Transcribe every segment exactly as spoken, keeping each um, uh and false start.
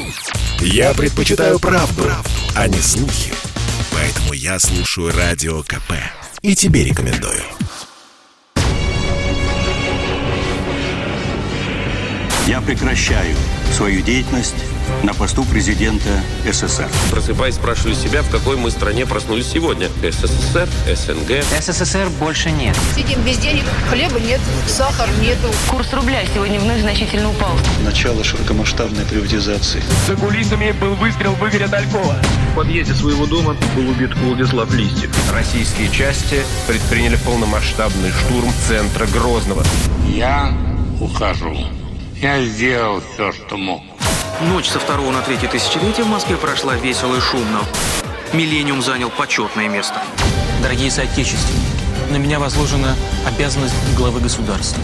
Я предпочитаю правду, правду, а не слухи. Поэтому я слушаю Радио КП. И тебе рекомендую. Я прекращаю свою деятельность на посту президента СССР. Просыпаясь, спрашивали себя, в какой мы стране проснулись сегодня. СССР, СНГ. СССР больше нет. Сидим без денег, хлеба нет, сахара нету. Курс рубля сегодня вновь значительно упал. Начало широкомасштабной приватизации. За кулисами был выстрел в Игоря Талькова. В подъезде своего дома был убит Владислав Листьев. Российские части предприняли полномасштабный штурм центра Грозного. Я ухожу. Я сделал все, что мог. Ночь со второго на третье тысячелетие в Москве прошла весело и шумно. Миллениум занял почетное место. Дорогие соотечественники, на меня возложена обязанность главы государства.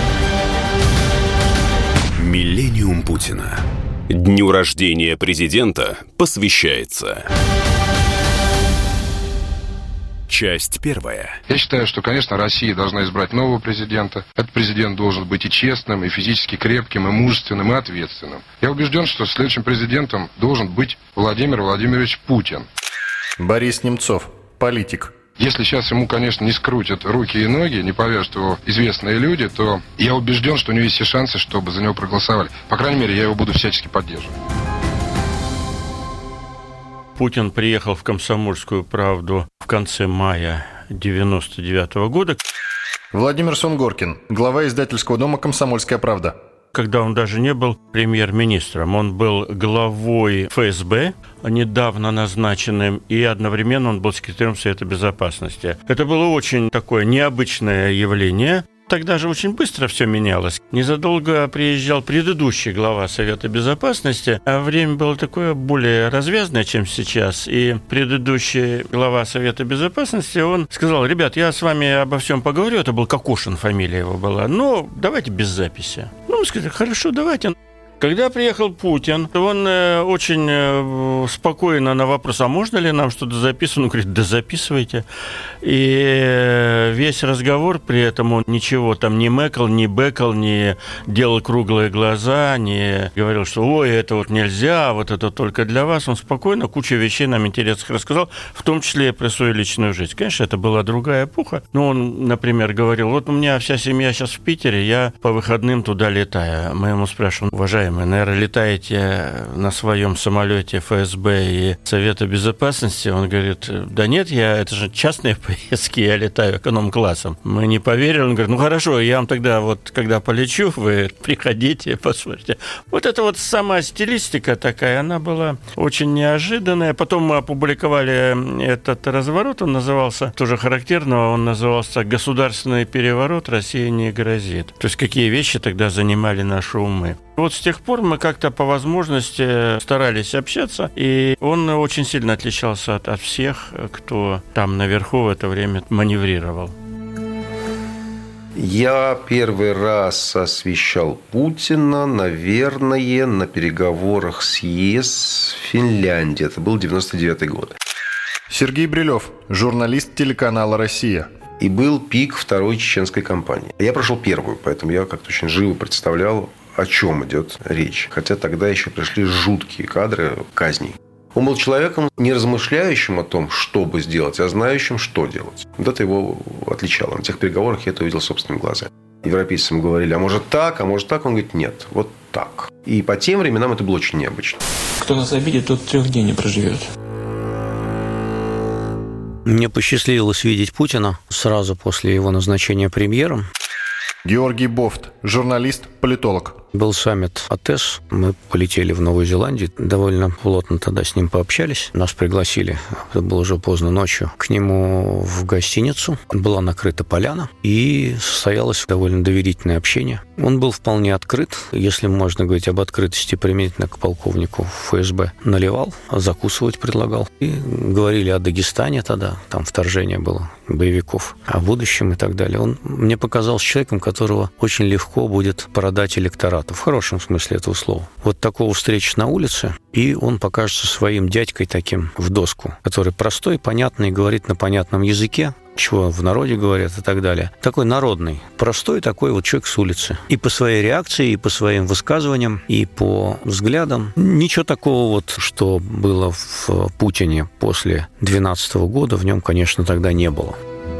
Миллениум Путина. Дню рождения президента посвящается. Часть первая. Я считаю, что, конечно, Россия должна избрать нового президента. Этот президент должен быть и честным, и физически крепким, и мужественным, и ответственным. Я убежден, что следующим президентом должен быть Владимир Владимирович Путин. Борис Немцов, политик. Если сейчас ему, конечно, не скрутят руки и ноги, не повяжут его известные люди, то я убежден, что у него есть все шансы, чтобы за него проголосовали. По крайней мере, я его буду всячески поддерживать. Путин приехал в «Комсомольскую правду» в конце мая девяносто девятого года. Владимир Сунгоркин, глава издательского дома «Комсомольская правда». Когда он даже не был премьер-министром, он был главой эф эс бэ, недавно назначенным, и одновременно он был секретарем Совета Безопасности. Это было очень такое необычное явление. Тогда же очень быстро все менялось. Незадолго приезжал предыдущий глава Совета Безопасности, а время было такое более развязное, чем сейчас. И предыдущий глава Совета Безопасности, он сказал: ребят, я с вами обо всем поговорю. Это был Кокошин, фамилия его была. Но давайте без записи. Ну, мы сказали: хорошо, давайте. Когда приехал Путин, он э, очень э, спокойно на вопрос: а можно ли нам что-то записывать? Он говорит: да записывайте. И э, весь разговор при этом он ничего там не мэкал, не бэкал, не делал круглые глаза, не говорил, что ой, это вот нельзя, вот это только для вас. Он спокойно кучу вещей нам интересных рассказал, в том числе и про свою личную жизнь. Конечно, это была другая эпоха. Но он, например, говорил: вот у меня вся семья сейчас в Питере, я по выходным туда летаю. Мы ему спрашиваем: уважаемый, вы, наверное, летаете на своем самолете эф эс бэ и Совета Безопасности? Он говорит: да нет, я, это же частные поездки, я летаю эконом-классом. Мы не поверили. Он говорит: ну хорошо, я вам тогда вот, когда полечу, вы приходите, посмотрите. Вот это вот сама стилистика такая, она была очень неожиданная. Потом мы опубликовали этот разворот, он назывался, тоже характерно, он назывался «Государственный переворот России не грозит». То есть какие вещи тогда занимали наши умы. Вот с тех пор мы как-то по возможности старались общаться, и он очень сильно отличался от, от всех, кто там наверху в это время маневрировал. Я первый раз освещал Путина, наверное, на переговорах с ЕС в Финляндии. Это был девяносто девятый год. Сергей Брилев, журналист телеканала «Россия». И был пик второй чеченской кампании. Я прошел первую, поэтому я как-то очень живо представлял, о чем идет речь. Хотя тогда еще пришли жуткие кадры казней. Он был человеком, не размышляющим о том, что бы сделать, а знающим, что делать. Вот это его отличало. На тех переговорах я это увидел собственными глазами. Европейцы ему говорили: а может так, а может так? Он говорит: нет, вот так. И по тем временам это было очень необычно. Кто нас обидит, тот трех дней не проживет. Мне посчастливилось видеть Путина сразу после его назначения премьером. Георгий Бофт, журналист, политолог. Был саммит АТЭС, мы полетели в Новую Зеландию, довольно плотно тогда с ним пообщались. Нас пригласили, это было уже поздно ночью, к нему в гостиницу. Была накрыта поляна, и состоялось довольно доверительное общение. Он был вполне открыт, если можно говорить об открытости применительно к полковнику эф эс бэ. Наливал, закусывать предлагал. И говорили о Дагестане тогда, там вторжение было боевиков, о будущем и так далее. Он мне показался человеком, которого очень легко будет продать электорату, в хорошем смысле этого слова. Вот такого встречи на улице, и он покажется своим дядькой таким в доску, который простой, понятный, говорит на понятном языке, чего в народе говорят и так далее. Такой народный, простой такой вот человек с улицы. И по своей реакции, и по своим высказываниям, и по взглядам. Ничего такого вот, что было в Путине после две тысячи двенадцатого года, в нем, конечно, тогда не было.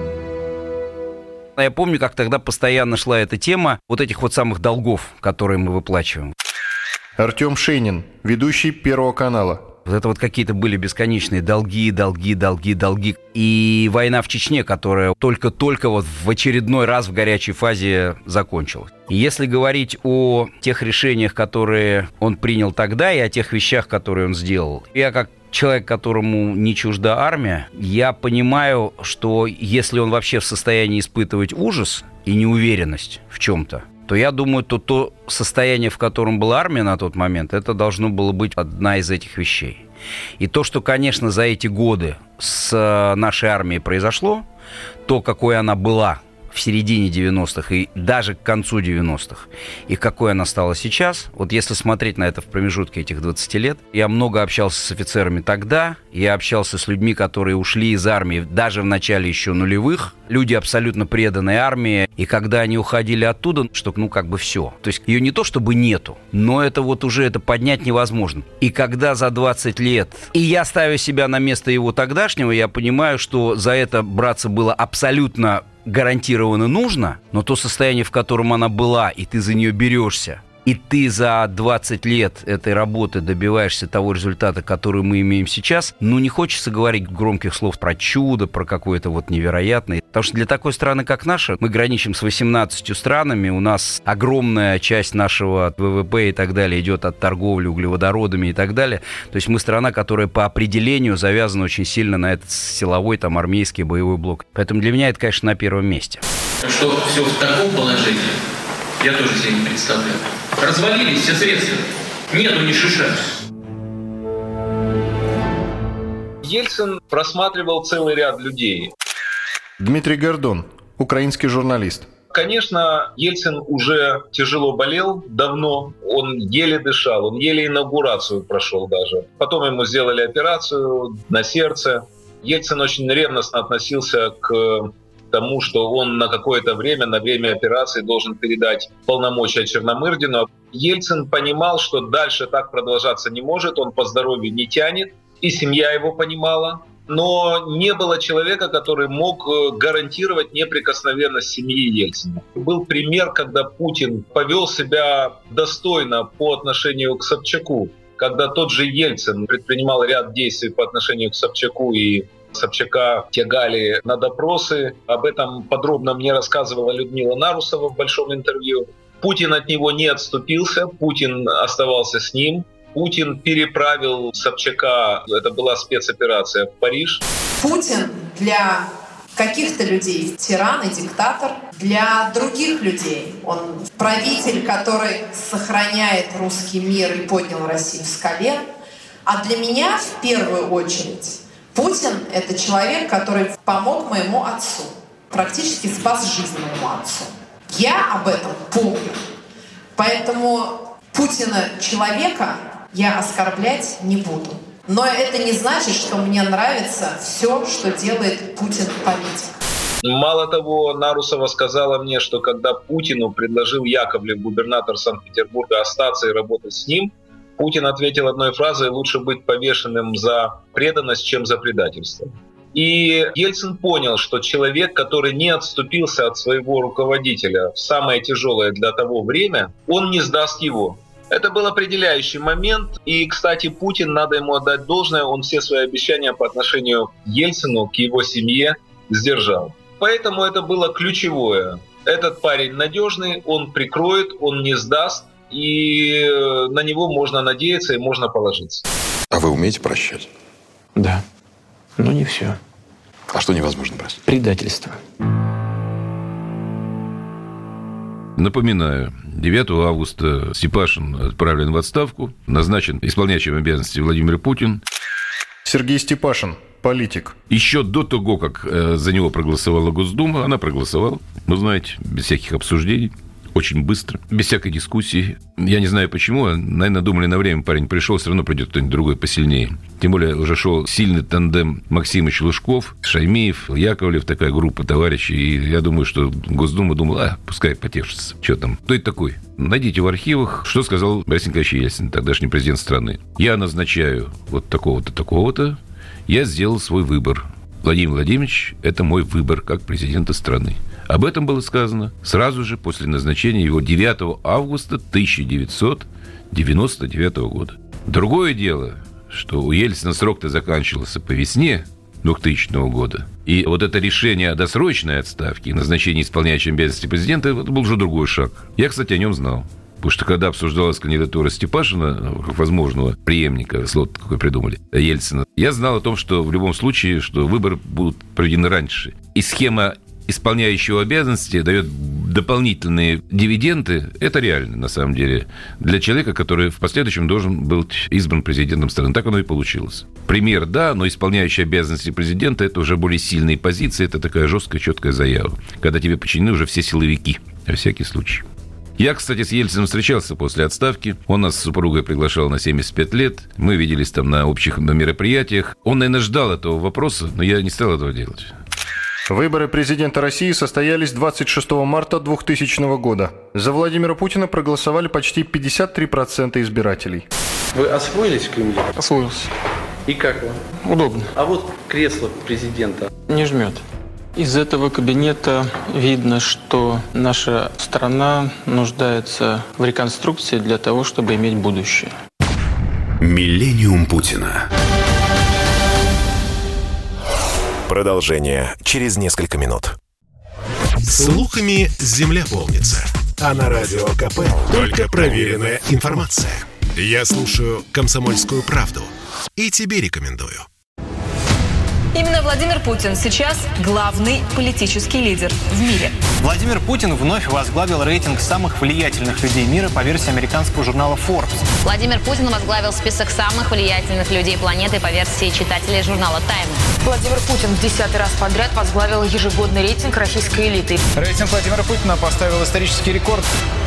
Я помню, как тогда постоянно шла эта тема вот этих вот самых долгов, которые мы выплачиваем. Артем Шейнин, ведущий Первого канала. Вот это вот какие-то были бесконечные долги, долги, долги, долги. И война в Чечне, которая только-только вот в очередной раз в горячей фазе закончилась. И если говорить о тех решениях, которые он принял тогда, и о тех вещах, которые он сделал, я как человек, которому не чужда армия, я понимаю, что если он вообще в состоянии испытывать ужас и неуверенность в чем-то, то я думаю, то то состояние, в котором была армия на тот момент, это должно было быть одна из этих вещей. И то, что, конечно, за эти годы с нашей армией произошло, то, какой она была в середине девяностых и даже к концу девяностых, и какой она стала сейчас, вот если смотреть на это в промежутке этих двадцати лет, я много общался с офицерами тогда, я общался с людьми, которые ушли из армии даже в начале еще нулевых, люди абсолютно преданные армии, и когда они уходили оттуда, что ну как бы все. То есть ее не то чтобы нету, но это вот уже это поднять невозможно. И когда за двадцать лет, и я ставлю себя на место его тогдашнего, я понимаю, что за это браться было абсолютно гарантированно нужно, но то состояние, в котором она была, и ты за нее берешься, и ты за двадцать лет этой работы добиваешься того результата, который мы имеем сейчас, ну, не хочется говорить громких слов про чудо, про какое-то вот невероятное. Потому что для такой страны, как наша, мы граничим с восемнадцатью странами, у нас огромная часть нашего ВВП и так далее идет от торговли углеводородами и так далее. То есть мы страна, которая по определению завязана очень сильно на этот силовой, там, армейский боевой блок. Поэтому для меня это, конечно, на первом месте. Что все в таком положении, я тоже себе не представляю. Развалились все средства. Нету ни шиша. Ельцин просматривал целый ряд людей. Дмитрий Гордон, украинский журналист. Конечно, Ельцин уже тяжело болел давно. Он еле дышал, он еле инаугурацию прошел даже. Потом ему сделали операцию на сердце. Ельцин очень ревностно относился к тому, что он на какое-то время, на время операции должен передать полномочия Черномырдину. Ельцин понимал, что дальше так продолжаться не может, он по здоровью не тянет, и семья его понимала. Но не было человека, который мог гарантировать неприкосновенность семьи Ельцина. Был пример, когда Путин повел себя достойно по отношению к Собчаку, когда тот же Ельцин предпринимал ряд действий по отношению к Собчаку, и Собчака тягали на допросы. Об этом подробно мне рассказывала Людмила Нарусова в большом интервью. Путин от него не отступился, Путин оставался с ним. Путин переправил Собчака, это была спецоперация, в Париж. Путин для каких-то людей тиран и диктатор, для других людей он правитель, который сохраняет русский мир и поднял Россию с колен. А для меня в первую очередь Путин — это человек, который помог моему отцу, практически спас жизнь моему отцу. Я об этом помню. Поэтому Путина человека я оскорблять не буду. Но это не значит, что мне нравится все, что делает Путин-политик. Мало того, Нарусова сказала мне, что когда Путину предложил Яковлев, губернатор Санкт-Петербурга, остаться и работать с ним, Путин ответил одной фразой: лучше быть повешенным за преданность, чем за предательство. И Ельцин понял, что человек, который не отступился от своего руководителя в самое тяжелое для того время, он не сдаст его. Это был определяющий момент. И, кстати, Путин, надо ему отдать должное, он все свои обещания по отношению к Ельцину, к его семье сдержал. Поэтому это было ключевое. Этот парень надежный, он прикроет, он не сдаст. И на него можно надеяться и можно положиться. А вы умеете прощать? Да, но не все. А что невозможно простить? Предательство. Напоминаю, девятого августа Степашин отправлен в отставку, назначен исполняющим обязанности Владимир Путин. Сергей Степашин, политик. Еще до того, как за него проголосовала Госдума, она проголосовала, вы знаете, без всяких обсуждений. очень быстро, без всякой дискуссии. Я не знаю почему, наверное, думали, на время парень пришел, все равно придет кто-нибудь другой посильнее. Тем более уже шел сильный тандем Максимыч Лужков, Шаймиев, Яковлев, такая группа товарищей. И я думаю, что Госдума думала, а, пускай потешится. Что там? Кто это такой? Найдите в архивах, что сказал Борис Николаевич Ельцин, тогдашний президент страны. Я назначаю вот такого-то, такого-то. Я сделал свой выбор. Владимир Владимирович, это мой выбор как президента страны. Об этом было сказано сразу же после назначения его девятого августа тысяча девятьсот девяносто девятого года. Другое дело, что у Ельцина срок-то заканчивался по весне двухтысячного года. И вот это решение о досрочной отставке и назначении исполняющего обязанности президента, это был уже другой шаг. Я, кстати, о нем знал. Потому что когда обсуждалась кандидатура Степашина, как возможного преемника, слот какой придумали, Ельцина, я знал о том, что в любом случае, что выборы будут проведены раньше. И схема исполняющего обязанности дает дополнительные дивиденды. Это реально, на самом деле, для человека, который в последующем должен был избран президентом страны. Так оно и получилось. Пример, да, но исполняющий обязанности президента – это уже более сильные позиции, это такая жесткая, четкая заява, когда тебе подчинены уже все силовики, на всякий случай. Я, кстати, с Ельциным встречался после отставки. Он нас с супругой приглашал на семьдесят пять лет. Мы виделись там на общих мероприятиях. Он, наверное, ждал этого вопроса, но я не стал этого делать. Выборы президента России состоялись двадцать шестого марта двухтысячного года. За Владимира Путина проголосовали почти пятьдесят три процента избирателей. Вы освоились в Кремле? Освоился. И как вам? Удобно. А вот кресло президента? Не жмет. Из этого кабинета видно, что наша страна нуждается в реконструкции для того, чтобы иметь будущее. Миллениум Путина. Продолжение через несколько минут. Слухами земля полнится. А на радио КП только проверенная информация. Я слушаю «Комсомольскую правду» и тебе рекомендую. Именно Владимир Путин сейчас главный политический лидер в мире. Владимир Путин вновь возглавил рейтинг самых влиятельных людей мира по версии американского журнала Forbes. Владимир Путин возглавил список самых влиятельных людей планеты по версии читателей журнала Time. Владимир Путин в десятый раз подряд возглавил ежегодный рейтинг российской элиты. Рейтинг Владимира Путина поставил исторический рекорд.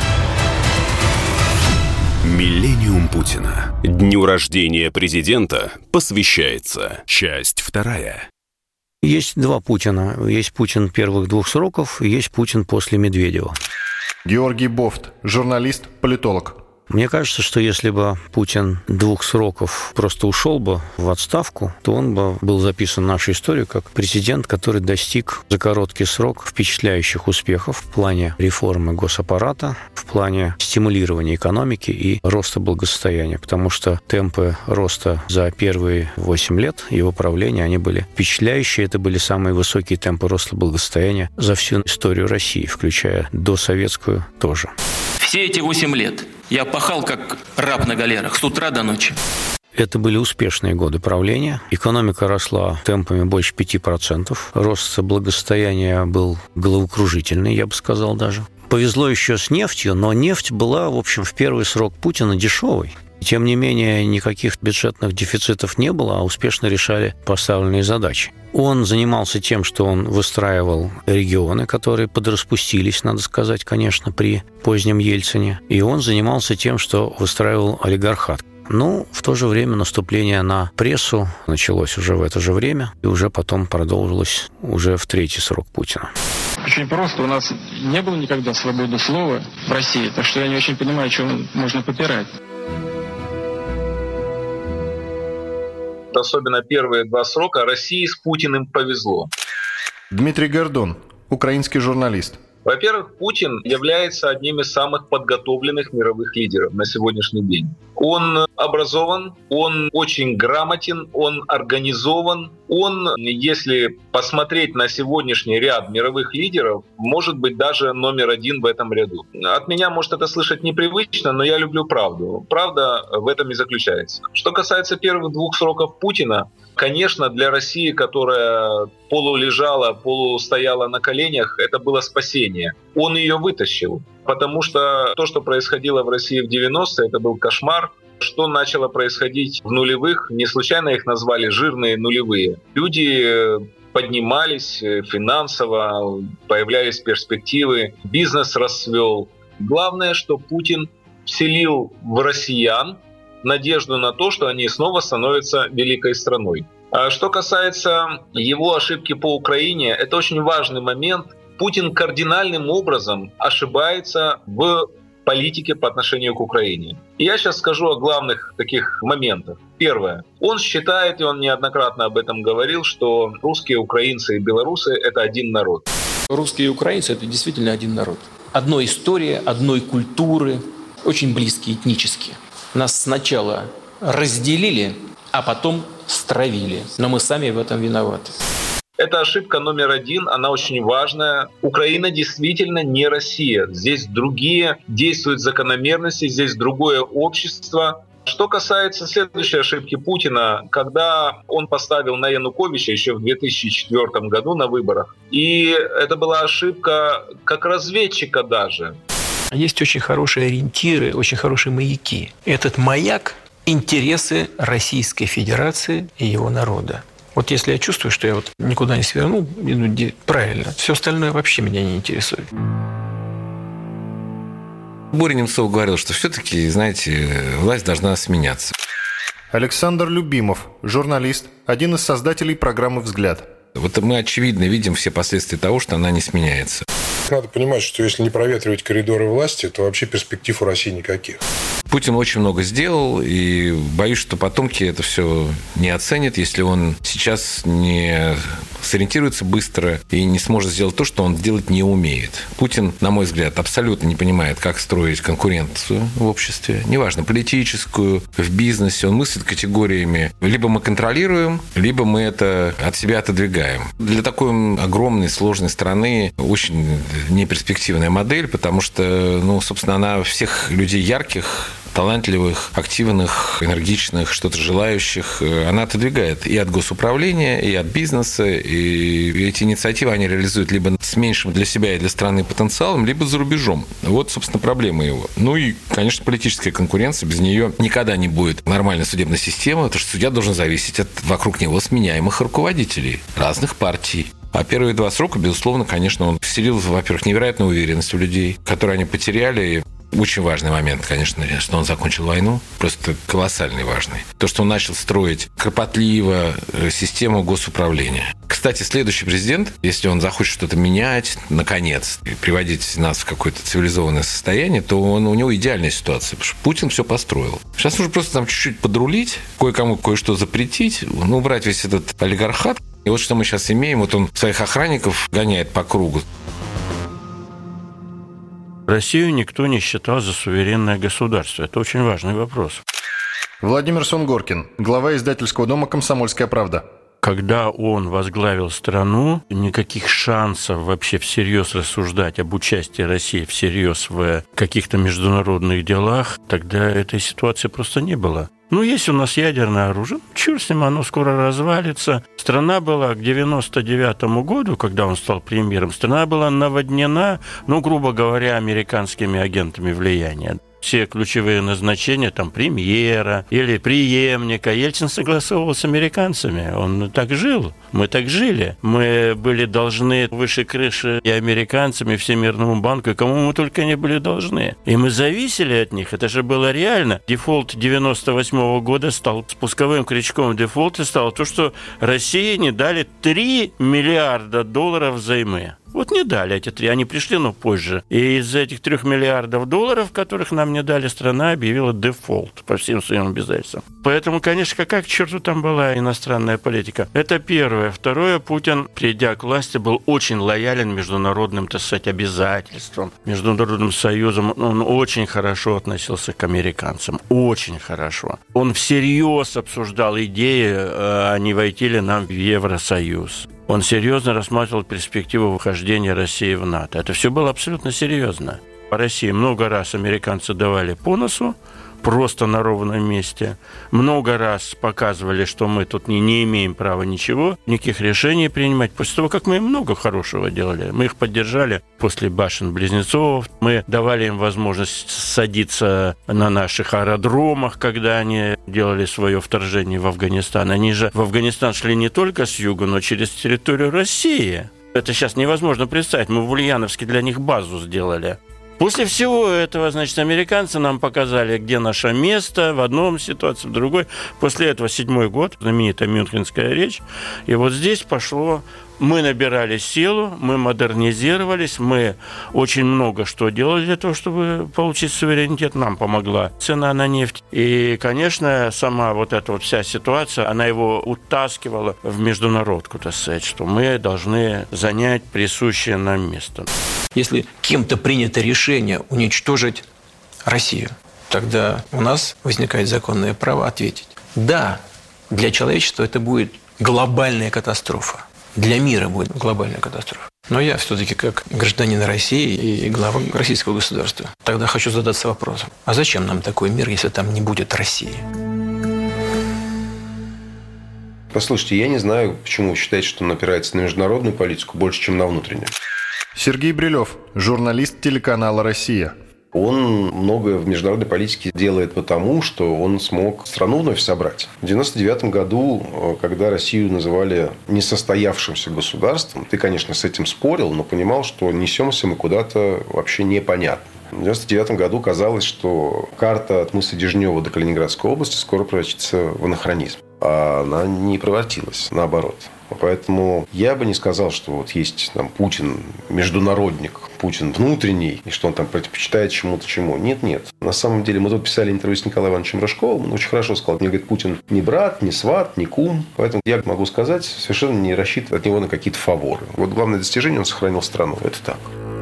Миллениум Путина. Дню рождения президента посвящается часть вторая. Есть два Путина. Есть Путин первых двух сроков, и есть Путин после Медведева. Георгий Бофт, журналист, политолог. Мне кажется, что если бы Путин двух сроков просто ушел бы в отставку, то он бы был записан в нашу историю как президент, который достиг за короткий срок впечатляющих успехов в плане реформы госаппарата, в плане стимулирования экономики и роста благосостояния, потому что темпы роста за первые восемь лет его правления, они были впечатляющие, это были самые высокие темпы роста благосостояния за всю историю России, включая досоветскую тоже. Все эти восемь лет я пахал как раб на галерах с утра до ночи. Это были успешные годы правления. Экономика росла темпами больше пяти процентов. Рост благосостояния был головокружительный, я бы сказал даже. Повезло еще с нефтью, но нефть была, в общем, в первый срок Путина дешевой. Тем не менее, никаких бюджетных дефицитов не было, а успешно решали поставленные задачи. Он занимался тем, что он выстраивал регионы, которые подраспустились, надо сказать, конечно, при позднем Ельцине. И он занимался тем, что выстраивал олигархат. Ну, в то же время наступление на прессу началось уже в это же время и уже потом продолжилось уже в третий срок Путина. Очень просто. У нас не было никогда свободы слова в России, так что я не очень понимаю, чем можно попирать. Особенно первые два срока России с Путиным повезло. Дмитрий Гордон, украинский журналист. Во-первых, Путин является одним из самых подготовленных мировых лидеров на сегодняшний день. Он образован, он очень грамотен, он организован. Он, если посмотреть на сегодняшний ряд мировых лидеров, может быть даже номер один в этом ряду. От меня, может, это слышать непривычно, но я люблю правду. Правда в этом и заключается. Что касается первых двух сроков Путина, конечно, для России, которая полулежала, полустояла на коленях, это было спасение. Он ее вытащил, потому что то, что происходило в России в девяностые, это был кошмар. Что начало происходить в нулевых, не случайно их назвали «жирные нулевые». Люди поднимались финансово, появлялись перспективы, бизнес расцвел. Главное, что Путин вселил в россиян надежду на то, что они снова становятся великой страной. А что касается его ошибки по Украине, это очень важный момент. Путин кардинальным образом ошибается в политике по отношению к Украине. И я сейчас скажу о главных таких моментах. Первое. Он считает, и он неоднократно об этом говорил, что русские, украинцы и белорусы — это один народ. Русские и украинцы — это действительно один народ. Одной истории, одной культуры, очень близкие этнически. Нас сначала разделили, а потом стравили. Но мы сами в этом виноваты. Это ошибка номер один, она очень важная. Украина действительно не Россия. Здесь другие действуют закономерности, здесь другое общество. Что касается следующей ошибки Путина, когда он поставил на Януковича еще в две тысячи четвёртом году на выборах. И это была ошибка как разведчика даже. Есть очень хорошие ориентиры, очень хорошие маяки. Этот маяк – интересы Российской Федерации и его народа. Вот если я чувствую, что я вот никуда не свернул, иду правильно, все остальное вообще меня не интересует. Боря Немцов говорил, что все-таки, знаете, власть должна сменяться. Александр Любимов, журналист, один из создателей программы «Взгляд». Вот мы очевидно видим все последствия того, что она не сменяется. Надо понимать, что если не проветривать коридоры власти, то вообще перспектив у России никаких. Путин очень много сделал, и боюсь, что потомки это все не оценят, если он сейчас не сориентируется быстро и не сможет сделать то, что он делать не умеет. Путин, на мой взгляд, абсолютно не понимает, как строить конкуренцию в обществе, неважно, политическую, в бизнесе. Он мыслит категориями: либо мы контролируем, либо мы это от себя отодвигаем. Для такой огромной, сложной страны очень неперспективная модель, потому что, ну, собственно, она всех людей ярких, талантливых, активных, энергичных, что-то желающих, она отодвигает и от госуправления, и от бизнеса, и эти инициативы они реализуют либо с меньшим для себя и для страны потенциалом, либо за рубежом. Вот, собственно, проблема его. Ну и, конечно, политическая конкуренция, без нее никогда не будет нормальной судебной системы, потому что судья должен зависеть от вокруг него сменяемых руководителей разных партий. А первые два срока, безусловно, конечно, он вселил, во-первых, невероятную уверенность у людей, которую они потеряли. Очень важный момент, конечно, что он закончил войну, просто колоссальный важный. То, что он начал строить кропотливо систему госуправления. Кстати, следующий президент, если он захочет что-то менять, наконец, и приводить нас в какое-то цивилизованное состояние, то он, у него идеальная ситуация, потому что Путин все построил. Сейчас нужно просто там чуть-чуть подрулить, кое-кому кое-что запретить, ну, убрать весь этот олигархат. И вот что мы сейчас имеем, вот он своих охранников гоняет по кругу. Россию никто не считал за суверенное государство. Это очень важный вопрос. Владимир Сунгоркин, глава издательского дома «Комсомольская правда». Когда он возглавил страну, никаких шансов вообще всерьез рассуждать об участии России всерьез в каких-то международных делах, тогда этой ситуации просто не было. Ну, есть у нас ядерное оружие, черт с ним, оно скоро развалится. Страна была к девяносто девятому году, когда он стал премьером, страна была наводнена, ну, грубо говоря, американскими агентами влияния. Все ключевые назначения, там, премьера или преемника, Ельцин согласовывал с американцами. Он так жил, мы так жили. Мы были должны выше крыши и американцам, и Всемирному банку, и кому мы только не были должны. И мы зависели от них, это же было реально. Дефолт девяносто восьмого года стал спусковым крючком дефолта, стало то, что России не дали три миллиарда долларов взаймы. Вот не дали эти три, они пришли, но позже. И из этих трех миллиардов долларов, которых нам не дали, страна объявила дефолт по всем своим обязательствам. Поэтому, конечно, какая к черту там была иностранная политика? Это первое. Второе, Путин, придя к власти, был очень лоялен международным, так сказать, обязательствам, международным союзам. Он очень хорошо относился к американцам, очень хорошо. Он всерьез обсуждал идеи, а не войти ли нам в Евросоюз. Он серьезно рассматривал перспективу выхождения России в НАТО. Это все было абсолютно серьезно. По России много раз американцы давали по носу, просто на ровном месте. Много раз показывали, что мы тут не, не имеем права ничего, никаких решений принимать. После того, как мы им много хорошего делали, мы их поддержали после башен-близнецов, мы давали им возможность садиться на наших аэродромах, когда они делали свое вторжение в Афганистан. Они же в Афганистан шли не только с юга, но через территорию России. Это сейчас невозможно представить. Мы в Ульяновске для них базу сделали. После всего этого, значит, американцы нам показали, где наше место, в одном ситуации, в другой. После этого седьмой год, знаменитая Мюнхенская речь. И вот здесь пошло... Мы набирали силу, мы модернизировались, мы очень много что делали для того, чтобы получить суверенитет. Нам помогла цена на нефть. И, конечно, сама вот эта вот вся ситуация, она его утаскивала в международку, так сказать, что мы должны занять присущее нам место. Если кем-то принято решение уничтожить Россию, тогда у нас возникает законное право ответить. Да, для человечества это будет глобальная катастрофа. Для мира будет глобальная катастрофа. Но я все-таки как гражданин России и глава российского государства тогда хочу задаться вопросом, а зачем нам такой мир, если там не будет России? Послушайте, я не знаю, почему вы считаете, что он опирается на международную политику больше, чем на внутреннюю. Сергей Брилев, журналист телеканала «Россия». Он многое в международной политике делает потому, что он смог страну вновь собрать. В девяносто девятом году, когда Россию называли несостоявшимся государством, ты, конечно, с этим спорил, но понимал, что несемся мы куда-то вообще непонятно. В девяносто девятом году казалось, что карта от мыса Дежнева до Калининградской области скоро превратится в анахронизм. А она не превратилась, наоборот. Поэтому я бы не сказал, что вот есть там Путин международник, Путин внутренний, и что он там предпочитает чему-то чему. Нет, нет. На самом деле мы тут писали интервью с Николаем Ивановичем Рыжковым, он очень хорошо сказал. Мне говорит, Путин не брат, не сват, не кум. Поэтому я могу сказать, совершенно не рассчитывать от него на какие-то фаворы. Вот главное достижение, он сохранил страну. Это так.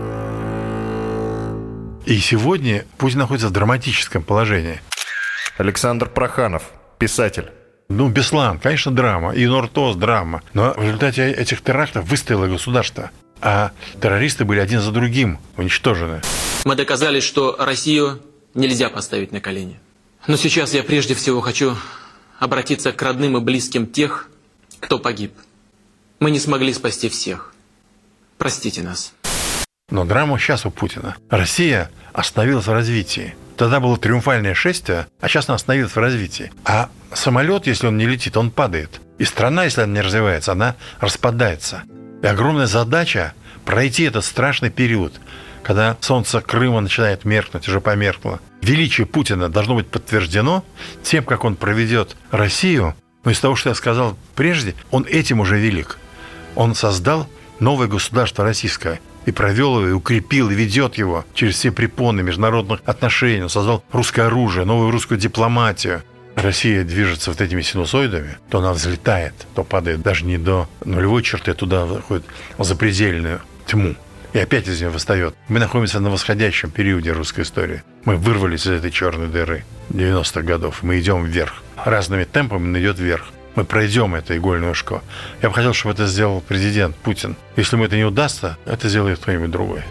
И сегодня Путин находится в драматическом положении. Александр Проханов, писатель. Ну, Беслан, конечно, драма. И Нортос – драма. Но в результате этих терактов выстояло государство. А террористы были один за другим уничтожены. Мы доказали, что Россию нельзя поставить на колени. Но сейчас я прежде всего хочу обратиться к родным и близким тех, кто погиб. Мы не смогли спасти всех. Простите нас. Но драма сейчас у Путина. Россия остановилась в развитии. Тогда было триумфальное шествие, а сейчас она остановилась в развитии. А самолет, если он не летит, он падает. И страна, если она не развивается, она распадается. И огромная задача пройти этот страшный период, когда солнце Крыма начинает меркнуть, уже померкло. Величие Путина должно быть подтверждено тем, как он проведет Россию. Но из того, что я сказал прежде, он этим уже велик. Он создал новое государство российское. И провел его, и укрепил, и ведет его через все препоны международных отношений. Он создал русское оружие, новую русскую дипломатию. Россия движется вот этими синусоидами, то она взлетает, то падает даже не до нулевой черты, туда выходит в запредельную тьму. И опять из нее восстает. Мы находимся на восходящем периоде русской истории. Мы вырвались из этой черной дыры девяностых годов. Мы идем вверх. Разными темпами он идет вверх. Мы пройдем это игольное ушко. Я бы хотел, чтобы это сделал президент Путин. Если ему это не удастся, это сделает кто-нибудь другой.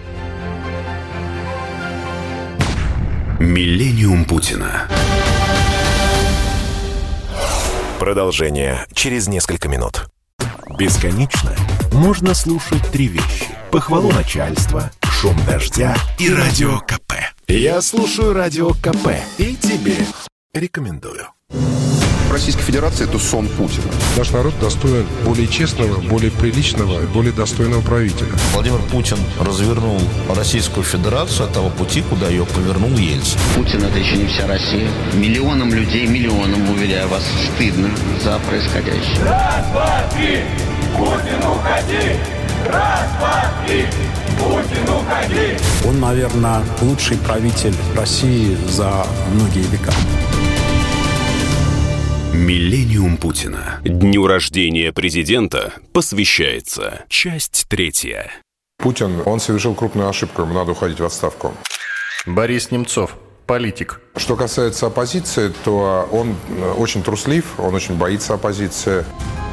Миллениум Путина. Продолжение через несколько минут. Бесконечно можно слушать три вещи. Похвалу начальства, шум дождя и радио КП. Я слушаю радио КП и тебе рекомендую. Российской Федерации это сон Путина. Наш народ достоин более честного, более приличного, более достойного правителя. Владимир Путин развернул Российскую Федерацию от того пути, куда ее повернул Ельцин. Путин — это еще не вся Россия. Миллионам людей, миллионам, уверяю вас, стыдно за происходящее. Раз, два, три! Путин, уходи! Раз, два, три! Путин, уходи! Он, наверное, лучший правитель России за многие века. Миллениум Путина. Дню рождения президента посвящается. Часть третья. Путин, он совершил крупную ошибку, ему надо уходить в отставку. Борис Немцов, политик. Что касается оппозиции, то он очень труслив, он очень боится оппозиции.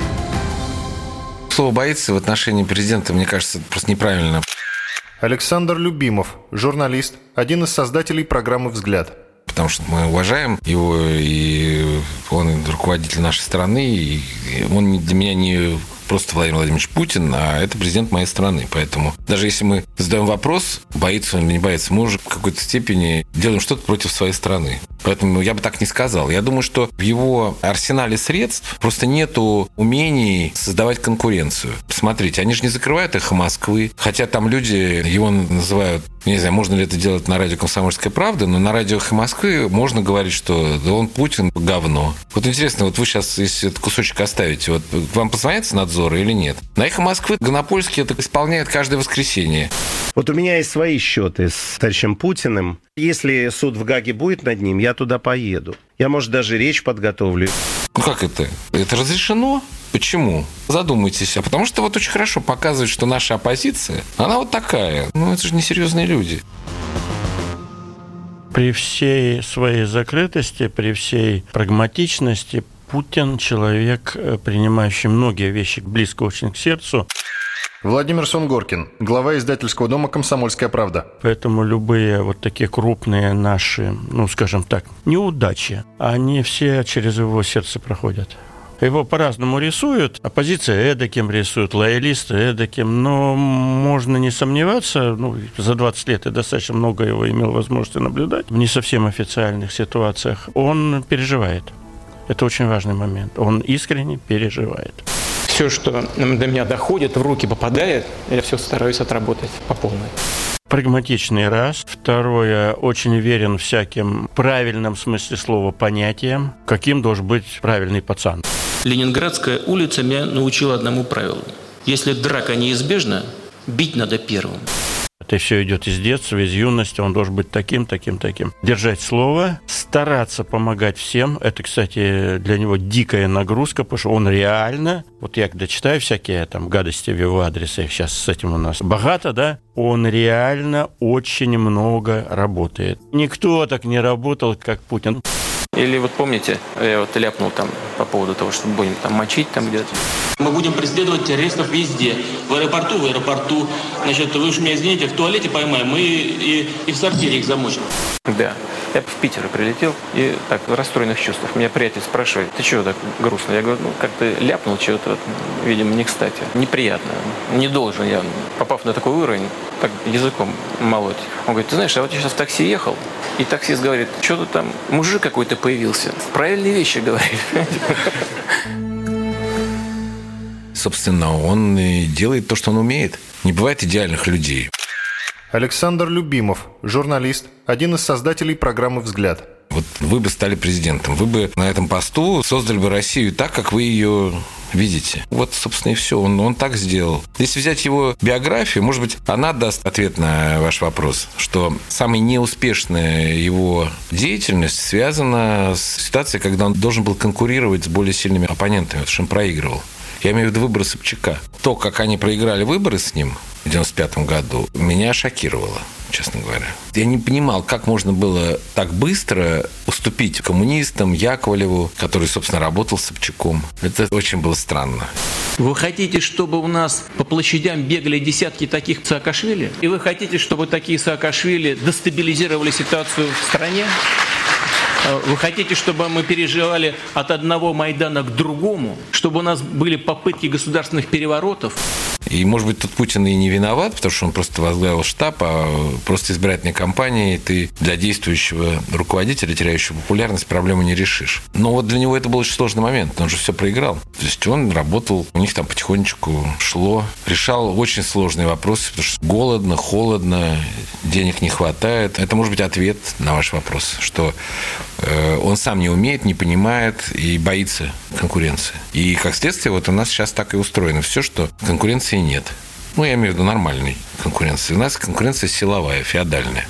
Слово «боится» в отношении президента, мне кажется, просто неправильно. Александр Любимов, журналист, один из создателей программы «Взгляд». Потому что мы уважаем его, и он руководитель нашей страны, и он для меня не просто Владимир Владимирович Путин, а это президент моей страны. Поэтому даже если мы задаем вопрос, боится он или не боится, мы уже в какой-то степени делаем что-то против своей страны. Поэтому я бы так не сказал. Я думаю, что в его арсенале средств просто нету умений создавать конкуренцию. Посмотрите, они же не закрывают «Эхо Москвы», хотя там люди его называют, не знаю, можно ли это делать на радио «Комсомольская правда», но на радио «Эхо Москвы» можно говорить, что да он Путин говно. Вот интересно, вот вы сейчас, если этот кусочек оставите, вот вам позвонят с надзора или нет? На «Эхо Москвы» Гонопольский это исполняет каждое воскресенье. Вот у меня есть свои счеты с товарищем Путиным. Если суд в Гааге будет над ним, я туда поеду. Я, может, даже речь подготовлю. Ну как это? Это разрешено? Почему? Задумайтесь. А потому что вот очень хорошо показывает, что наша оппозиция, она вот такая. Ну это же несерьезные люди. При всей своей закрытости, при всей прагматичности, Путин человек, принимающий многие вещи близко очень к сердцу. Владимир Сунгоркин, глава издательского дома «Комсомольская правда». Поэтому любые вот такие крупные наши, ну, скажем так, неудачи, они все через его сердце проходят. Его по-разному рисуют. Оппозиция эдаким рисует, лоялисты эдаким. Но можно не сомневаться, ну, за двадцать лет я достаточно много его имел возможности наблюдать в не совсем официальных ситуациях. Он переживает. Это очень важный момент. Он искренне переживает. Все, что до меня доходит, в руки попадает, я все стараюсь отработать по полной. Прагматичный раз. Второе, очень верен всяким правильном смысле слова понятиям, каким должен быть правильный пацан. Ленинградская улица меня научила одному правилу. Если драка неизбежна, бить надо первым. Это все идет из детства, из юности. Он должен быть таким, таким, таким. Держать слово, стараться помогать всем. Это, кстати, для него дикая нагрузка, потому что он реально... Вот я когда читаю всякие там гадости в его адрес, их сейчас с этим у нас богато, да? Он реально очень много работает. Никто так не работал, как Путин. Или вот помните, я вот ляпнул там по поводу того, что будем там мочить там где-то. Мы будем преследовать террористов везде. В аэропорту, в аэропорту. Значит, вы уж меня извините, в туалете поймаем, мы и, и в сортире их замочим. Да. Я в Питер прилетел и так в расстроенных чувствах. Меня приятель спрашивает, ты чего так грустно? Я говорю, ну как-то ляпнул чего-то, вот, видимо, не кстати. Неприятно. Не должен я, попав на такой уровень, так языком молоть. Он говорит, ты знаешь, а вот я сейчас в такси ехал, и таксист говорит, что-то там мужик какой-то появился. Правильные вещи говорит. Собственно, он и делает то, что он умеет. Не бывает идеальных людей. Александр Любимов, журналист, один из создателей программы «Взгляд». Вот вы бы стали президентом, вы бы на этом посту создали бы Россию так, как вы ее видите. Вот, собственно, и все. Он, он так сделал. Если взять его биографию, может быть, она даст ответ на ваш вопрос, что самая неуспешная его деятельность связана с ситуацией, когда он должен был конкурировать с более сильными оппонентами, потому что он проигрывал. Я имею в виду выборы Собчака. То, как они проиграли выборы с ним в девяносто пятом году, меня шокировало, честно говоря. Я не понимал, как можно было так быстро уступить коммунистам, Яковлеву, который, собственно, работал с Собчаком. Это очень было странно. Вы хотите, чтобы у нас по площадям бегали десятки таких Саакашвили? И вы хотите, чтобы такие Саакашвили дестабилизировали ситуацию в стране? Вы хотите, чтобы мы переживали от одного Майдана к другому? Чтобы у нас были попытки государственных переворотов? И, может быть, тут Путин и не виноват, потому что он просто возглавил штаб, а просто избирательной кампанией ты для действующего руководителя, теряющего популярность, проблему не решишь. Но вот для него это был очень сложный момент, он же все проиграл. То есть он работал, у них там потихонечку шло, решал очень сложные вопросы, потому что голодно, холодно, денег не хватает. Это может быть ответ на ваш вопрос, что э, он сам не умеет, не понимает и боится конкуренции. И, как следствие, вот у нас сейчас так и устроено все, что конкуренции нет. Ну, я имею в виду нормальной конкуренции. У нас конкуренция силовая, феодальная.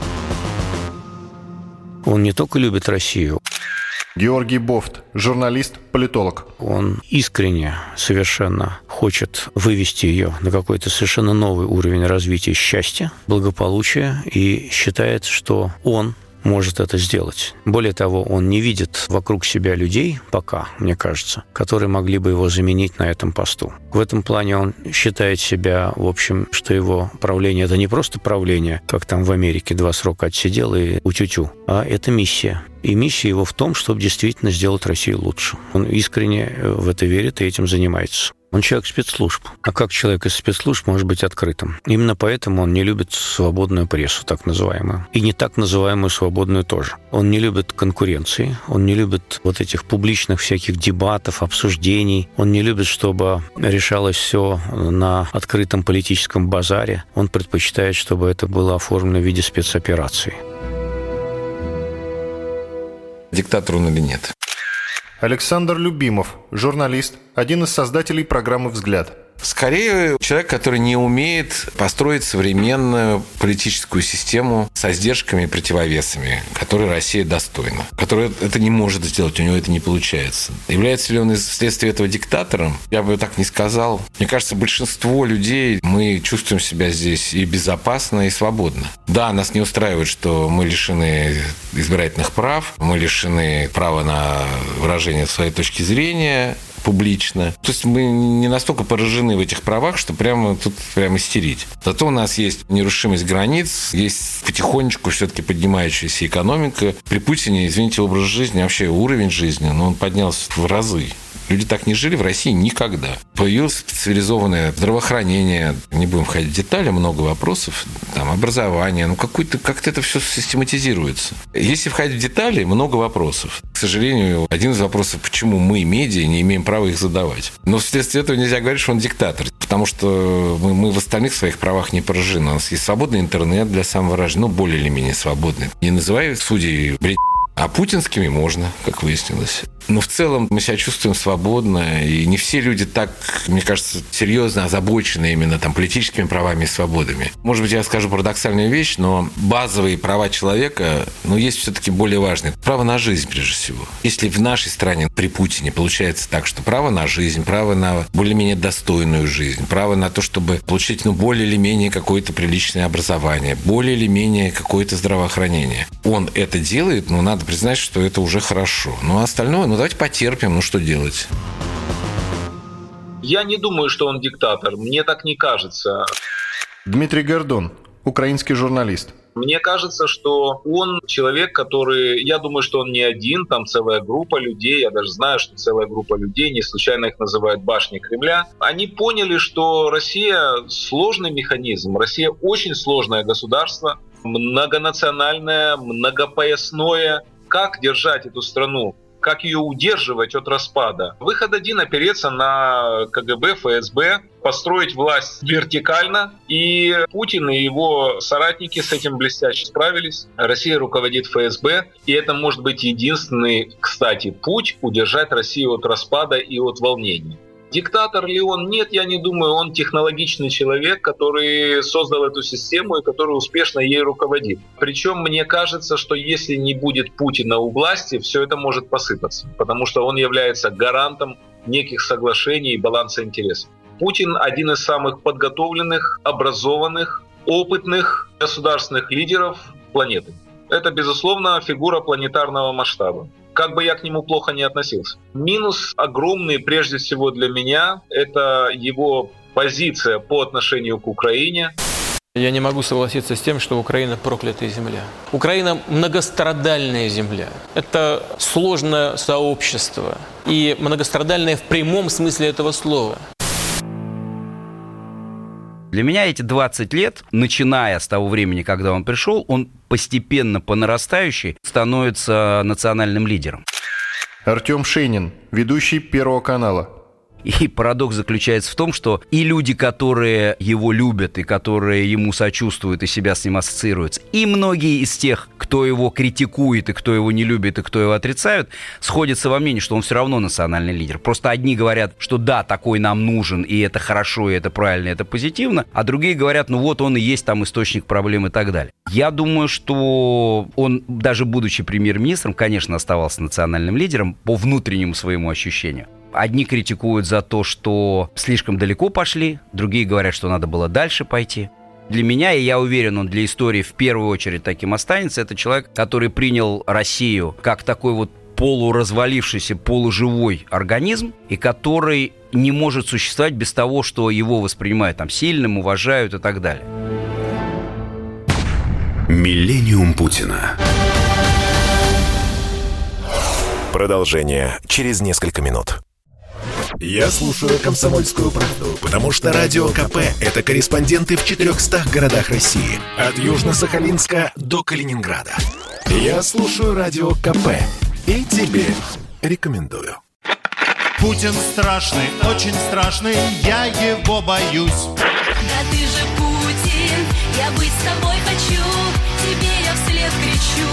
Он не только любит Россию. Георгий Бофт, журналист, политолог. Он искренне совершенно хочет вывести ее на какой-то совершенно новый уровень развития счастья, благополучия и считает, что он может это сделать. Более того, он не видит вокруг себя людей, пока, мне кажется, которые могли бы его заменить на этом посту. В этом плане он считает себя, в общем, что его правление – это не просто правление, как там в Америке два срока отсидел и утю-тю, а это миссия. И миссия его в том, чтобы действительно сделать Россию лучше. Он искренне в это верит и этим занимается. Он человек спецслужб. А как человек из спецслужб может быть открытым? Именно поэтому он не любит свободную прессу, так называемую. И не так называемую свободную тоже. Он не любит конкуренции, он не любит вот этих публичных всяких дебатов, обсуждений. Он не любит, чтобы решалось все на открытом политическом базаре. Он предпочитает, чтобы это было оформлено в виде спецоперации. Диктатор он или нет? Александр Любимов, журналист, один из создателей программы «Взгляд». Скорее, человек, который не умеет построить современную политическую систему со сдержками и противовесами, которой Россия достойна, который это не может сделать, у него это не получается. Является ли он вследствие этого диктатором? Я бы так не сказал. Мне кажется, большинство людей, мы чувствуем себя здесь и безопасно, и свободно. Да, нас не устраивает, что мы лишены избирательных прав, мы лишены права на выражение своей точки зрения публично. То есть мы не настолько поражены в этих правах, что прямо тут прямо истерить. Зато у нас есть нерушимость границ, есть потихонечку все-таки поднимающаяся экономика. При Путине, извините, образ жизни, вообще уровень жизни, но он поднялся в разы. Люди так не жили в России никогда. Появилось цивилизованное здравоохранение. Не будем входить в детали, много вопросов. Там, образование. Ну, какой-то, как-то это все систематизируется. Если входить в детали, много вопросов. К сожалению, один из вопросов, почему мы, медиа, не имеем права их задавать. Но вследствие этого нельзя говорить, что он диктатор. Потому что мы, мы в остальных своих правах не поражены. У нас есть свободный интернет для самовыражения. Ну, более или менее свободный. Не называй судей блядь, а путинскими можно, как выяснилось. Но в целом мы себя чувствуем свободно, и не все люди так, мне кажется, серьезно озабочены именно там политическими правами и свободами. Может быть, я скажу парадоксальную вещь, но базовые права человека, ну, есть все-таки более важные. Право на жизнь, прежде всего. Если в нашей стране при Путине получается так, что право на жизнь, право на более-менее достойную жизнь, право на то, чтобы получить, ну, более или менее какое-то приличное образование, более или менее какое-то здравоохранение. Он это делает, но надо признать, что это уже хорошо. Ну, а остальное, ну, давайте потерпим, ну что делать? Я не думаю, что он диктатор. Мне так не кажется. Дмитрий Гордон, украинский журналист. Мне кажется, что он человек, который... Я думаю, что он не один, там целая группа людей. Я даже знаю, что целая группа людей, не случайно их называют башней Кремля. Они поняли, что Россия сложный механизм. Россия очень сложное государство, многонациональное, многопоясное. Как держать эту страну? Как ее удерживать от распада? Выход один — опереться на ка гэ бэ, эф эс бэ, построить власть вертикально. И Путин и его соратники с этим блестяще справились. Россия руководит эф эс бэ. И это может быть единственный, кстати, путь удержать Россию от распада и от волнений. Диктатор ли он? Нет, я не думаю. Он технологичный человек, который создал эту систему и который успешно ей руководит. Причем мне кажется, что если не будет Путина у власти, все это может посыпаться, потому что он является гарантом неких соглашений и баланса интересов. Путин один из самых подготовленных, образованных, опытных государственных лидеров планеты. Это, безусловно, фигура планетарного масштаба. Как бы я к нему плохо не относился. Минус огромный, прежде всего для меня, это его позиция по отношению к Украине. Я не могу согласиться с тем, что Украина проклятая земля. Украина многострадальная земля. Это сложное сообщество. И многострадальное в прямом смысле этого слова. Для меня эти двадцать лет, начиная с того времени, когда он пришел, он постепенно по нарастающей становится национальным лидером. Артем Шейнин, ведущий Первого канала. И парадокс заключается в том, что и люди, которые его любят, и которые ему сочувствуют, и себя с ним ассоциируются, и многие из тех, кто его критикует, и кто его не любит, и кто его отрицают, сходятся во мнении, что он все равно национальный лидер. Просто одни говорят, что да, такой нам нужен, и это хорошо, и это правильно, и это позитивно, а другие говорят, ну вот он и есть там источник проблем и так далее. Я думаю, что он, даже будучи премьер-министром, конечно, оставался национальным лидером по внутреннему своему ощущению. Одни критикуют за то, что слишком далеко пошли, другие говорят, что надо было дальше пойти. Для меня, и я уверен, он для истории в первую очередь таким останется, это человек, который принял Россию как такой вот полуразвалившийся, полуживой организм, и который не может существовать без того, что его воспринимают там сильным, уважают и так далее. Миллениум Путина. Продолжение через несколько минут. Я слушаю «Комсомольскую правду», потому что Радио КП – это корреспонденты в четырехстах городах России. От Южно-Сахалинска до Калининграда. Я слушаю Радио КП и тебе рекомендую. Путин страшный, очень страшный, я его боюсь. Да ты же Путин, я быть с тобой хочу, тебе я вслед кричу.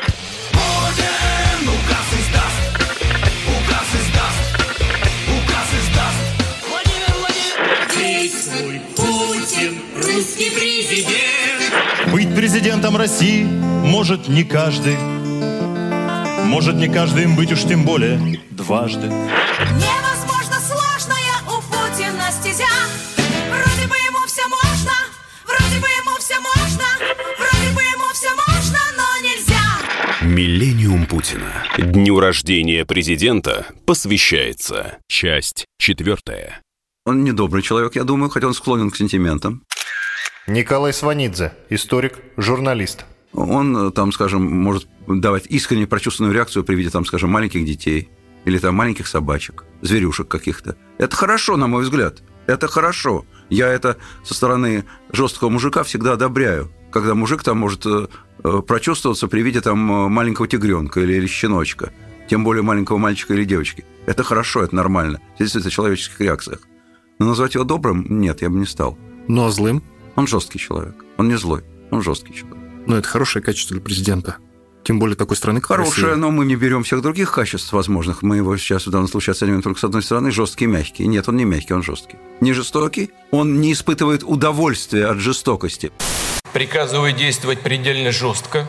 Путин указ издаст, указ издаст, указ издаст. Владимир Владимирович, действуй, Путин, русский президент. Быть президентом России может не каждый, может не каждый им быть уж тем более дважды. Невозможно сложная у Путина стезя. Вроде бы ему все можно, вроде бы ему все можно, вроде бы ему все можно, но нельзя. Миллениум Путина. Дню рождения президента посвящается. Часть четвертая. Он недобрый человек, я думаю, хотя он склонен к сентиментам. Николай Сванидзе, историк, журналист. Он, там, скажем, может давать искренне прочувственную реакцию при виде, там, скажем, маленьких детей или там маленьких собачек, зверюшек каких-то. Это хорошо, на мой взгляд. Это хорошо. Я это со стороны жесткого мужика всегда одобряю. Когда мужик там может прочувствоваться при виде там маленького тигренка или, или щеночка, тем более маленького мальчика или девочки. Это хорошо, это нормально. Здесь это о человеческих реакциях. Но назвать его добрым? Нет, я бы не стал. Ну, а злым? Он жесткий человек. Он не злой. Он жесткий человек. Ну, это хорошее качество для президента. Тем более такой страны, как Хорошее, Россия. но мы не берем всех других качеств возможных. Мы его сейчас в данном случае оцениваем только с одной стороны, жесткий и мягкий. Нет, он не мягкий, он жесткий. Не жестокий, он не испытывает удовольствия от жестокости. Приказываю действовать предельно жестко.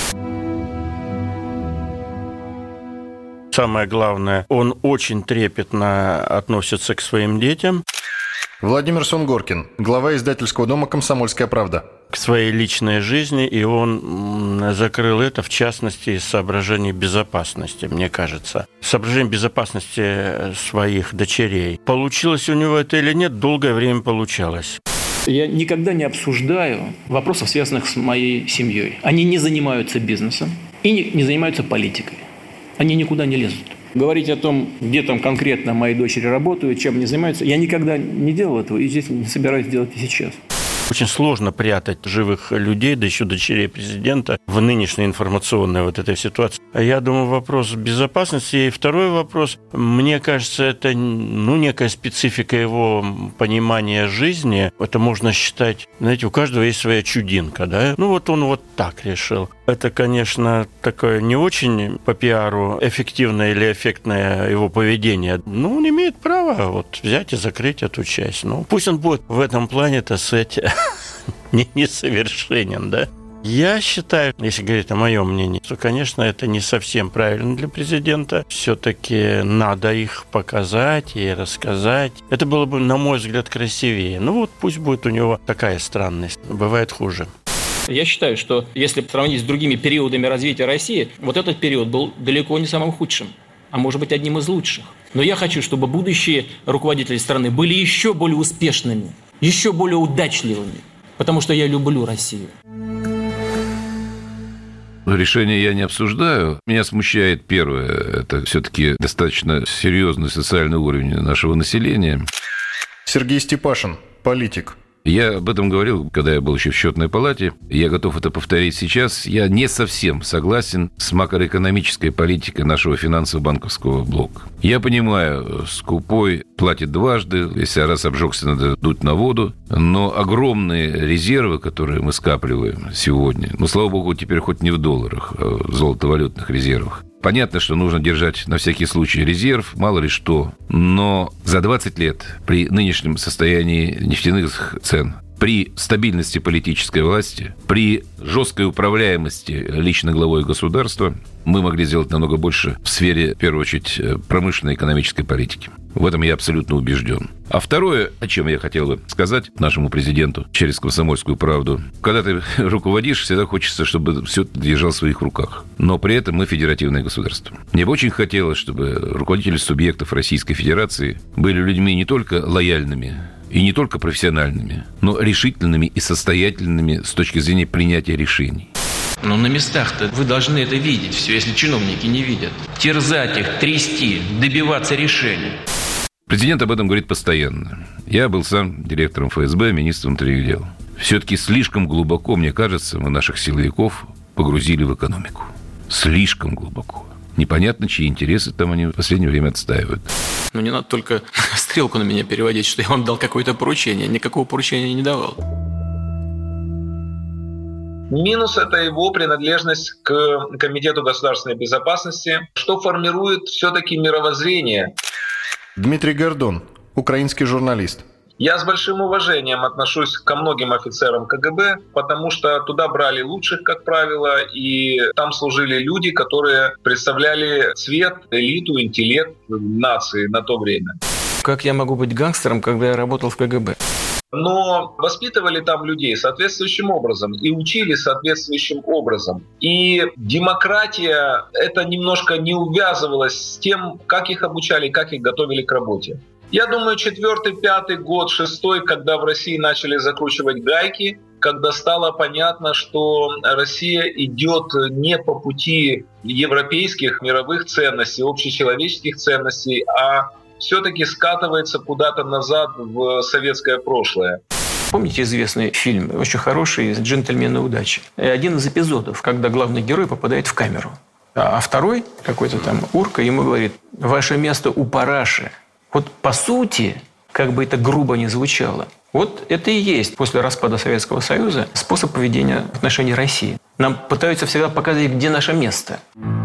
Самое главное, он очень трепетно относится к своим детям. Владимир Сунгоркин, глава издательского дома «Комсомольская правда». К своей личной жизни, и он закрыл это, в частности, из соображений безопасности, мне кажется. Соображений безопасности своих дочерей. Получилось у него это или нет, долгое время получалось. Я никогда не обсуждаю вопросов, связанных с моей семьей. Они не занимаются бизнесом и не, не занимаются политикой. Они никуда не лезут. Говорить о том, где там конкретно мои дочери работают, чем они занимаются, я никогда не делал этого и здесь не собираюсь делать и сейчас. Очень сложно прятать живых людей, да еще дочерей президента, в нынешней информационной вот этой ситуации. А я думаю, вопрос безопасности. И второй вопрос, мне кажется, это ну, некая специфика его понимания жизни. Это можно считать, знаете, у каждого есть своя чудинка, да? Ну вот он вот так решил. Это, конечно, такое не очень по пиару эффективное или эффектное его поведение. Ну, он имеет право вот взять и закрыть эту часть. Ну, пусть он будет в этом плане, так сказать, не несовершенен, да? Я считаю, если говорить о моем мнении, то, конечно, это не совсем правильно для президента. Все-таки надо их показать и рассказать. Это было бы, на мой взгляд, красивее. Ну вот пусть будет у него такая странность. Бывает хуже. Я считаю, что если сравнить с другими периодами развития России, вот этот период был далеко не самым худшим, а может быть одним из лучших. Но я хочу, чтобы будущие руководители страны были еще более успешными, еще более удачливыми, потому что я люблю Россию. Решение я не обсуждаю. Меня смущает первое. Это все-таки достаточно серьезный социальный уровень нашего населения. Сергей Степашин, политик. Я об этом говорил, когда я был еще в счетной палате. Я готов это повторить сейчас. Я не совсем согласен с макроэкономической политикой нашего финансово-банковского блока. Я понимаю, скупой платит дважды. Если раз обжегся, надо дуть на воду. Но огромные резервы, которые мы скапливаем сегодня, ну, слава богу, теперь хоть не в долларах, а в золотовалютных резервах. Понятно, что нужно держать на всякий случай резерв, мало ли что. Но за двадцать лет при нынешнем состоянии нефтяных цен, при стабильности политической власти, при жесткой управляемости лично главой государства мы могли сделать намного больше в сфере, в первую очередь, промышленной и экономической политики. В этом я абсолютно убежден. А второе, о чем я хотел бы сказать нашему президенту через «Комсомольскую правду». Когда ты руководишь, всегда хочется, чтобы все держал в своих руках. Но при этом мы федеративное государство. Мне бы очень хотелось, чтобы руководители субъектов Российской Федерации были людьми не только лояльными и не только профессиональными, но решительными и состоятельными с точки зрения принятия решений. Но на местах-то вы должны это видеть все, если чиновники не видят. Терзать их, трясти, добиваться решения. Президент об этом говорит постоянно. Я был сам директором эф эс бэ, министром внутренних дел. Все-таки слишком глубоко, мне кажется, мы наших силовиков погрузили в экономику. Слишком глубоко. Непонятно, чьи интересы там они в последнее время отстаивают. Ну, не надо только стрелку на меня переводить, что я вам дал какое-то поручение. Никакого поручения не давал. Минус – это его принадлежность к Комитету государственной безопасности, что формирует все-таки мировоззрение. Дмитрий Гордон, украинский журналист. Я с большим уважением отношусь ко многим офицерам ка гэ бэ, потому что туда брали лучших, как правило, и там служили люди, которые представляли цвет, элиту, интеллект нации на то время. Как я могу быть гангстером, когда я работал в ка гэ бэ? Но воспитывали там людей соответствующим образом и учили соответствующим образом. И демократия это немножко не увязывалась с тем, как их обучали, как их готовили к работе. Я думаю, четвертый, пятый год, шестой, когда в России начали закручивать гайки, когда стало понятно, что Россия идет не по пути европейских мировых ценностей, общечеловеческих ценностей, а все-таки скатывается куда-то назад в советское прошлое. Помните известный фильм, очень хороший, «Джентльмены удачи»? Один из эпизодов, когда главный герой попадает в камеру, а второй, какой-то там урка, ему говорит: «Ваше место у параши». Вот по сути, как бы это грубо ни звучало, вот это и есть после распада Советского Союза способ поведения в отношении России. Нам пытаются всегда показать, где наше место.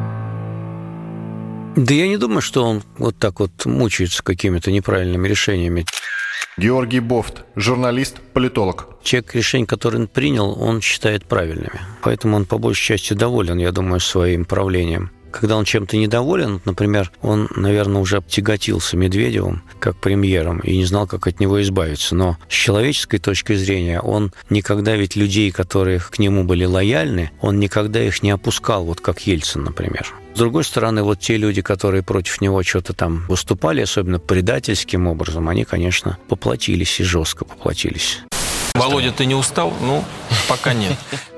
Да я не думаю, что он вот так вот мучается какими-то неправильными решениями. Георгий Бофт, журналист, политолог. Человек, решения, которые он принял, он считает правильными. Поэтому он по большей части доволен, я думаю, своим правлением. Когда он чем-то недоволен, например, он, наверное, уже обтяготился Медведевым как премьером и не знал, как от него избавиться. Но с человеческой точки зрения он никогда ведь людей, которые к нему были лояльны, он никогда их не опускал, вот как Ельцин, например. С другой стороны, вот те люди, которые против него что-то там выступали, особенно предательским образом, они, конечно, поплатились и жестко поплатились. Володя, ты не устал? Ну, пока нет.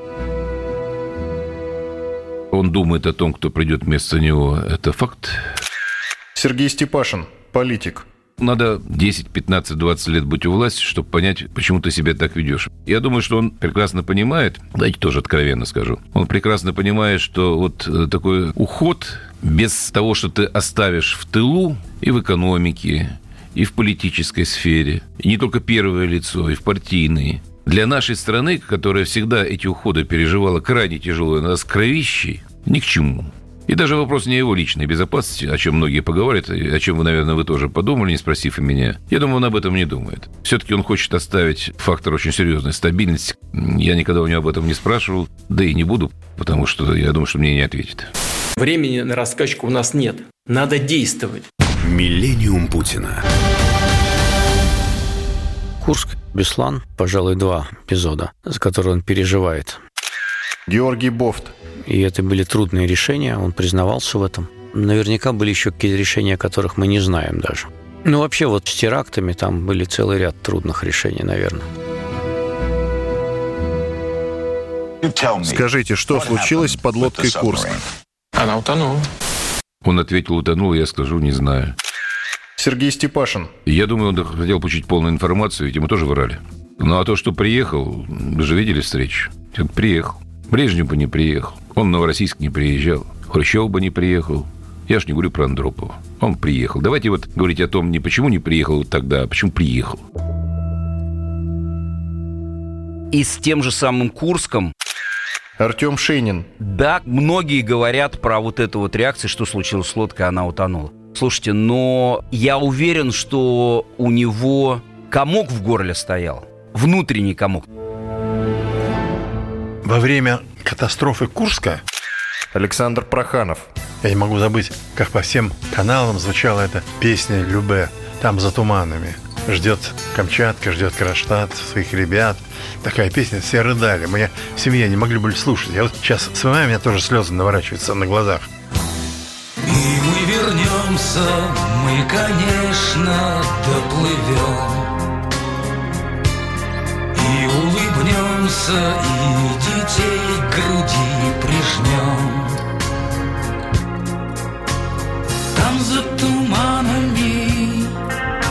Он думает о том, кто придет вместо него. Это факт. Сергей Степашин, политик. Надо десять, пятнадцать, двадцать лет быть у власти, чтобы понять, почему ты себя так ведешь. Я думаю, что он прекрасно понимает, давайте тоже откровенно скажу, он прекрасно понимает, что вот такой уход без того, что ты оставишь в тылу и в экономике, и в политической сфере, и не только первое лицо, и в партийной. Для нашей страны, которая всегда эти уходы переживала крайне тяжело, надо с кровищей, ни к чему. И даже вопрос не о его личной безопасности, о чем многие поговорят, о чем вы, наверное, вы тоже подумали, не спросив и меня. Я думаю, он об этом не думает. Все-таки он хочет оставить фактор очень серьезной стабильности. Я никогда у него об этом не спрашивал, да и не буду, потому что я думаю, что мне не ответит. Времени на раскачку у нас нет. Надо действовать. Миллениум Путина. Курск, Беслан, пожалуй, два эпизода, за которые он переживает. Георгий Бофт. И это были трудные решения, он признавался в этом. Наверняка были еще какие-то решения, о которых мы не знаем даже. Ну, вообще, вот с терактами там были целый ряд трудных решений, наверное. Скажите, что случилось с подлодкой «Курск»? Она утонула. Он ответил: утонул, я скажу, не знаю. Сергей Степашин. Я думаю, он хотел получить полную информацию, ведь ему тоже врали. Ну, а то, что приехал, вы же видели встречу. Он приехал. Брежнев бы не приехал. Он в Новороссийск не приезжал. Хрущев бы не приехал. Я ж не говорю про Андропова. Он приехал. Давайте вот говорить о том, не почему не приехал вот тогда, а почему приехал. И с тем же самым Курском. Артем Шейнин. Да, многие говорят про вот эту вот реакцию, что случилось с лодкой, она утонула. Слушайте, но я уверен, что у него комок в горле стоял. Внутренний комок. Во время катастрофы Курска Александр Проханов. Я не могу забыть, как по всем каналам звучала эта песня «Любэ». Там за туманами. Ждет Камчатка, ждет Кронштадт, своих ребят. Такая песня, все рыдали. Моя семья не могли больше слушать. Я вот сейчас вспоминаю, у меня тоже слезы наворачиваются на глазах. И мы вернемся, мы, конечно, доплывем. И улыбнемся, и детей к груди прижмем. Там за туманами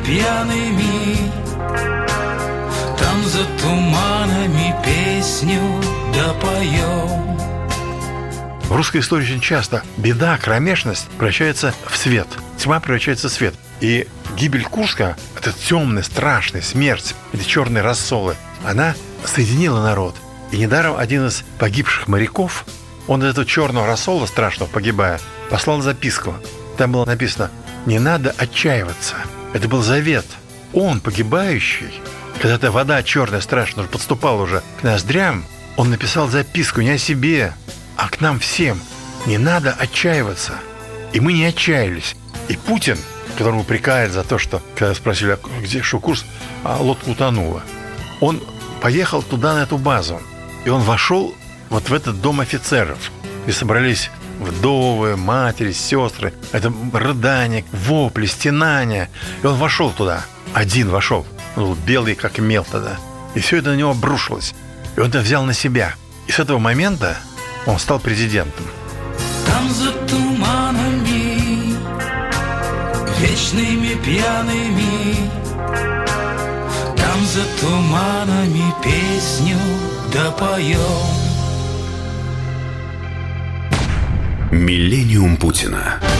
пьяными, там за туманами песню допоем. В русской истории очень часто беда, кромешность превращается в свет, тьма превращается в свет. И гибель Курска, это темный, страшный, смерть, эти черные рассолы, она соединила народ. И недаром один из погибших моряков, он из этого черного рассола страшного, погибая, послал записку. Там было написано: «Не надо отчаиваться». Это был завет. Он, погибающий, когда эта вода черная, страшная, подступала уже к ноздрям, он написал записку не о себе, а к нам всем. Не надо отчаиваться. И мы не отчаялись. И Путин, которого упрекает за то, что, когда спросили, а где что курс, а лодка утонула, он поехал туда, на эту базу. И он вошел вот в этот дом офицеров, где собрались вдовы, матери, сестры. Это рыдание, вопли, стенания. И он вошел туда. Один вошел. Он был белый, как мел тогда. И все это на него обрушилось. И он это взял на себя. И с этого момента он стал президентом. Там за туманами, вечными пьяными, там за туманами песню допоем. Миллениум Путина.